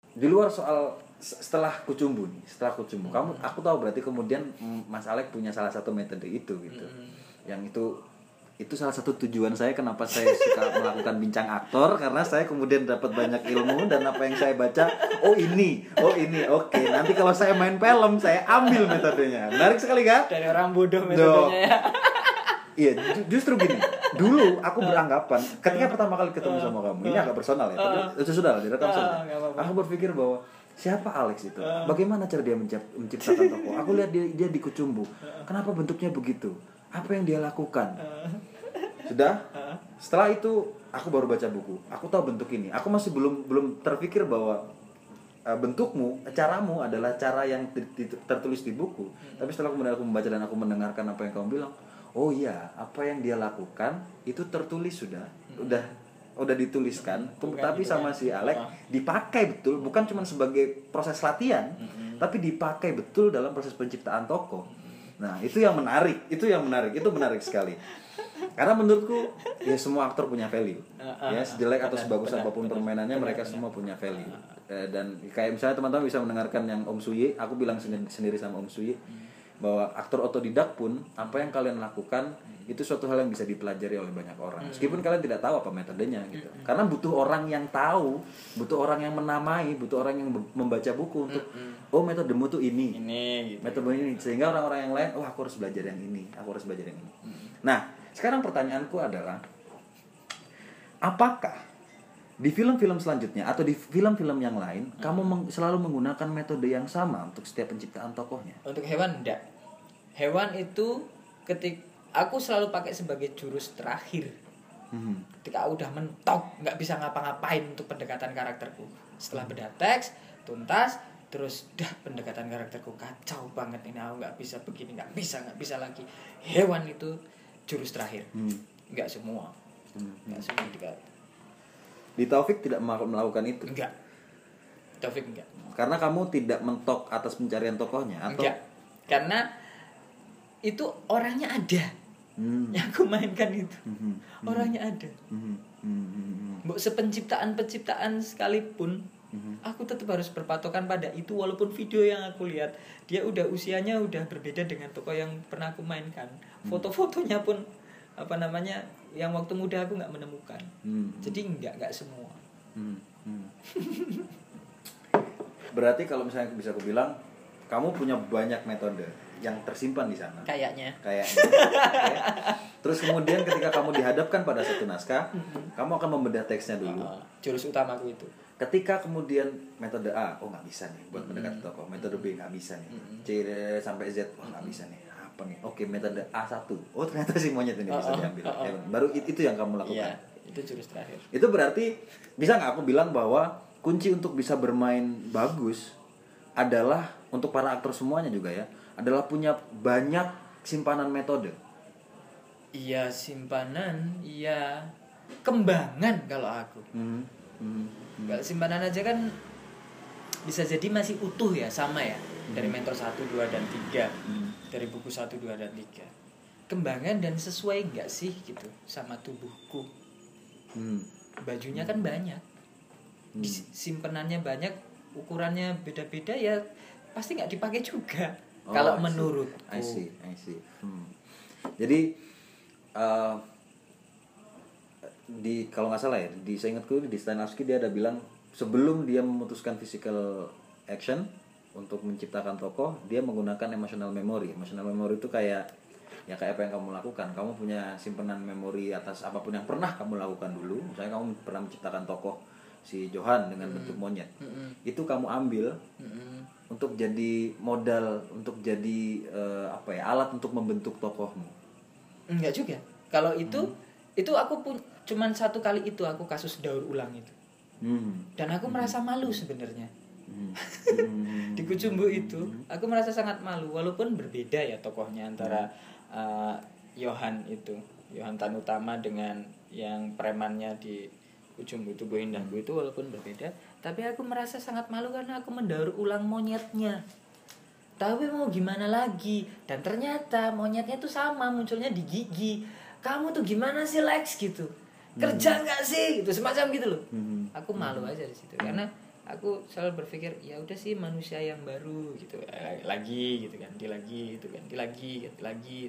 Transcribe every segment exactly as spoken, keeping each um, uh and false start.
di luar soal setelah Kucumbu nih, setelah Kucumbu, hmm. kamu, aku tahu berarti kemudian Mas Alek punya salah satu metode itu gitu, hmm. yang itu itu salah satu tujuan saya kenapa saya suka melakukan bincang aktor, karena saya kemudian dapat banyak ilmu dan apa yang saya baca, oh ini, oh ini, oke, okay. Nanti kalau saya main film saya ambil metodenya, menarik sekali kan? Dari orang bodoh metodenya ya. Iya, justru gini. Dulu aku beranggapan ketika pertama kali ketemu sama kamu, ini agak personal ya, tapi itu sudah lah direkam saja. Aku berpikir bahwa siapa Alex itu? Bagaimana cara dia menciptakan tokoh? Aku lihat dia dia di Kucumbu. Kenapa bentuknya begitu? Apa yang dia lakukan? Sudah. Setelah itu aku baru baca buku. Aku tahu bentuk ini. Aku masih belum belum terpikir bahwa uh, bentukmu, caramu adalah cara yang tertulis di buku. Tapi setelah kemudian aku membaca dan aku mendengarkan apa yang kamu bilang, oh iya, apa yang dia lakukan itu tertulis sudah, udah udah dituliskan. Bukan tapi gitu sama ya. Si Alek oh. dipakai betul, bukan cuma sebagai proses latihan, mm-hmm. tapi dipakai betul dalam proses penciptaan tokoh. Nah, itu yang menarik, itu yang menarik, itu menarik sekali. Karena menurutku ya semua aktor punya value. Ya, sejelek atau sebagus benar, apapun benar, permainannya benar, mereka benar. Semua punya value. Uh, dan kayak misalnya teman-teman bisa mendengarkan yang Om Suye, aku bilang sendiri, sendiri sama Om Suye hmm. bahwa aktor otodidak pun apa yang kalian lakukan hmm. itu suatu hal yang bisa dipelajari oleh banyak orang. Hmm. Meskipun kalian tidak tahu apa metodenya gitu. Hmm. Karena butuh orang yang tahu, butuh orang yang menamai, butuh orang yang membaca buku untuk hmm. oh metodemu tuh ini. Ini gitu. Metode ini sehingga orang-orang yang lain, oh aku harus belajar yang ini, aku harus belajar yang ini. Hmm. Nah, sekarang pertanyaanku adalah apakah di film-film selanjutnya atau di film-film yang lain hmm. kamu meng- selalu menggunakan metode yang sama untuk setiap penciptaan tokohnya? Untuk hewan enggak. Hewan itu ketik aku selalu pakai sebagai jurus terakhir. Hmm. Ketika udah mentok, nggak bisa ngapa-ngapain untuk pendekatan karakterku. Setelah beda teks, tuntas, terus dah pendekatan karakterku kacau banget ini, aku nggak bisa begini, nggak bisa, nggak bisa lagi. Hewan itu jurus terakhir. Hmm. Nggak semua. Hmm. Nggak semua juga. Di Taufik tidak melakukan itu? Enggak. Taufik enggak. Karena kamu tidak mentok atas pencarian tokohnya atau? Enggak. Karena itu orangnya ada. Hmm. Yang aku mainkan itu. Hmm. Orangnya ada. Hmm. Hmm. Hmm. Sepenciptaan-penciptaan sekalipun, hmm. aku tetap harus berpatokan pada itu walaupun video yang aku lihat dia udah usianya udah berbeda dengan tokoh yang pernah aku mainkan. Foto-fotonya pun apa namanya yang waktu muda aku nggak menemukan. Hmm. Jadi nggak nggak semua. Hmm. Hmm. Berarti kalau misalnya bisa aku bilang, kamu punya banyak metode yang tersimpan di sana. Kayaknya. Kayaknya. Okay. Terus kemudian ketika kamu dihadapkan pada satu naskah, mm-hmm. kamu akan membedah teksnya dulu. Uh, jurus utamaku itu. Ketika kemudian metode A, oh nggak bisa nih buat mm-hmm. mendekati tokoh. Metode B nggak bisa nih. Mm-hmm. C sampai Z, oh nggak bisa nih. Apa nih? Oke, metode A satu. Oh ternyata si monyet ini uh, bisa diambil. Uh, uh, uh. Baru itu yang kamu lakukan. Iya, itu jurus terakhir. Itu berarti bisa nggak aku bilang bahwa kunci untuk bisa bermain bagus adalah untuk para aktor semuanya juga ya, adalah punya banyak simpanan metode. Iya, simpanan, iya kembangan kalau aku. Hmm. Hmm. Hmm. Kalau simpanan aja kan bisa jadi masih utuh ya, sama ya. Hmm. Dari mentor satu, dua, dan tiga. Hmm. Dari buku satu, dua, dan tiga. Kembangan dan sesuai enggak sih gitu sama tubuhku. Hmm. Bajunya kan banyak. Hmm. Simpenannya banyak, ukurannya beda-beda ya pasti nggak dipakai juga. Oh, kalau menurutku. I see, I see. Hmm. Jadi uh, di kalau nggak salah ya, di saya ingatku di Stanislavski dia ada bilang sebelum dia memutuskan physical action untuk menciptakan tokoh, dia menggunakan emotional memory. Emotional memory itu kayak ya kayak apa yang kamu lakukan. Kamu punya simpenan memori atas apapun yang pernah kamu lakukan dulu. Misalnya kamu pernah menciptakan tokoh si Johan dengan hmm. bentuk monyet. Hmm. Itu kamu ambil hmm. untuk jadi modal, untuk jadi uh, apa ya, alat untuk membentuk tokohmu. Enggak juga. Kalau itu hmm. itu aku pun cuman satu kali itu aku kasus daur ulang itu. Hmm. Dan aku hmm. merasa malu sebenarnya. Hmm. Di Kucumbu itu aku merasa sangat malu walaupun berbeda ya tokohnya antara uh, Johan itu, Johan Tanutama dengan yang premannya di Kucumbu itu Bu Indahku itu walaupun berbeda, tapi aku merasa sangat malu karena aku mendaur ulang monyetnya. Tapi mau gimana lagi? Dan ternyata monyetnya tuh sama munculnya di gigi. Kamu tuh gimana sih Lex gitu? Kerja nggak sih? Gitu semacam gitu loh. Aku malu aja di situ karena aku selalu berpikir ya udah sih manusia yang baru gitu, lagi gitu ganti lagi gitu ganti lagi ganti lagi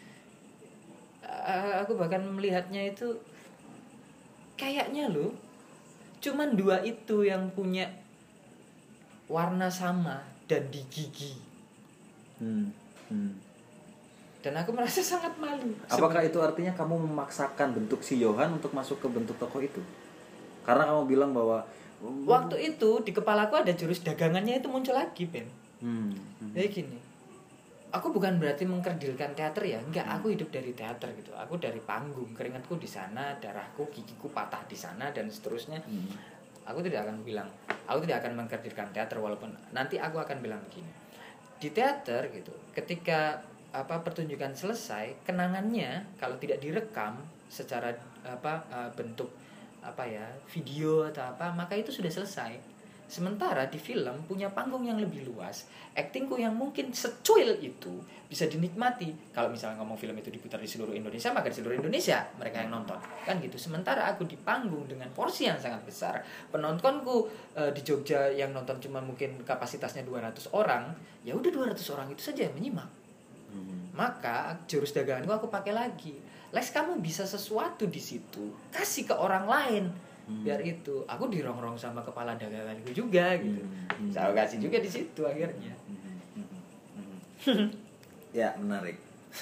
uh, aku bahkan melihatnya itu kayaknya loh cuman dua itu yang punya warna sama dan di gigi. hmm. Hmm. Dan aku merasa sangat malu. Apakah itu artinya kamu memaksakan bentuk si Johan untuk masuk ke bentuk tokoh itu? Karena kamu bilang bahwa waktu itu di kepalaku ada jurus dagangannya itu muncul lagi, Ben. Hmm. Hmm. Jadi gini, aku bukan berarti mengkerdilkan teater ya, enggak. Hmm. Aku hidup dari teater gitu. Aku dari panggung, keringatku di sana, darahku, gigiku patah di sana dan seterusnya. Hmm. Aku tidak akan bilang, aku tidak akan mengkerdilkan teater walaupun nanti aku akan bilang begini. Di teater gitu, ketika apa pertunjukan selesai, kenangannya kalau tidak direkam secara apa uh, bentuk apa ya video atau apa maka itu sudah selesai. Sementara di film punya panggung yang lebih luas, aktingku yang mungkin secuil itu bisa dinikmati. Kalau misalnya ngomong film itu diputar di seluruh Indonesia maka di seluruh Indonesia mereka yang nonton kan gitu. Sementara aku di panggung dengan porsi yang sangat besar, penontonku e, di Jogja yang nonton cuma mungkin kapasitasnya dua ratus orang, ya udah dua ratus orang itu saja yang menyimak. hmm. Maka jurus daganganku aku pakai lagi. Les, kamu bisa sesuatu di situ, kasih ke orang lain. Hmm. Biar itu, aku dirongrong sama kepala daganganku juga gitu. Hmm. Saya kasih juga di situ akhirnya. Hmm. Hmm. Ya, menarik.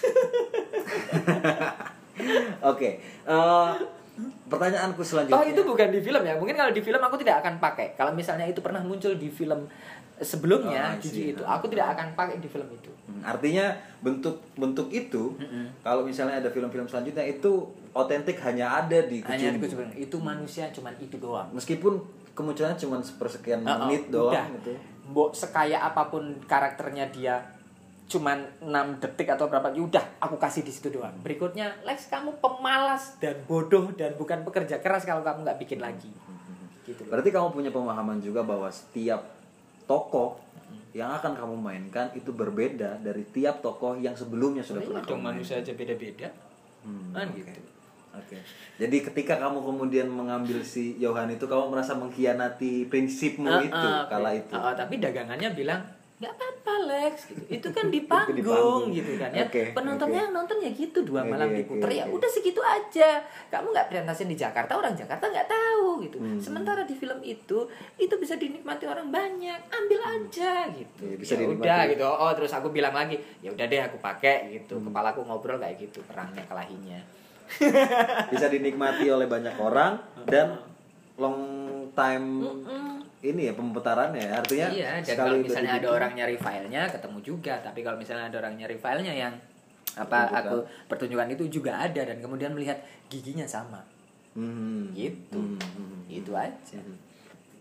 Oke, okay. uh, pertanyaanku selanjutnya. Oh, itu bukan di film ya? Mungkin kalau di film aku tidak akan pakai. Kalau misalnya itu pernah muncul di film sebelumnya, oh, gigi itu, aku tidak akan pakai di film itu. Hmm, artinya bentuk-bentuk itu, mm-hmm. kalau misalnya ada film-film selanjutnya itu otentik hanya ada di Kucumbu. Itu manusia cuman itu doang. Meskipun kemunculannya cuma sepersekian uh, menit doang udah. Gitu. Mbok sekaya apapun karakternya dia cuman enam detik atau berapa, udah aku kasih di situ doang. Berikutnya, Lex, kamu pemalas dan bodoh dan bukan pekerja keras kalau kamu nggak bikin lagi. Gitu. Berarti kamu punya pemahaman juga bahwa setiap tokoh yang akan kamu mainkan itu berbeda dari tiap tokoh yang sebelumnya sudah pernah kamu mainkan. Manusia aja beda-beda. Hmm, kan okay. gitu. Oke. Okay. Jadi ketika kamu kemudian mengambil si Johan itu, kamu merasa mengkhianati prinsipmu uh, itu uh, kala okay. itu. Uh, uh, tapi dagangannya bilang nggak apa-apa Lex, gitu. Itu kan di panggung, di panggung. Gitu kan ya. Okay. Penontonnya okay. nonton ya gitu dua okay, malam diputer okay, ya okay. Udah segitu aja. Kamu nggak presentasi di Jakarta, orang Jakarta nggak tahu gitu. Hmm. Sementara di film itu itu bisa dinikmati orang banyak, ambil aja gitu. Ya, bisa ya udah gitu. Oh terus aku bilang lagi, ya udah deh aku pakai gitu. Hmm. Kepalaku ngobrol kayak gitu, perangnya kelahinya. Bisa dinikmati oleh banyak orang dan long time. Mm-mm. Ini ya pemutarannya ya, artinya iya, dan kalau misalnya ada orang nyari filenya ketemu juga, tapi kalau misalnya ada orang nyari filenya yang apa pertunjukan. Aku pertunjukan itu juga ada dan kemudian melihat giginya sama, hmm. gitu, hmm. itu aja.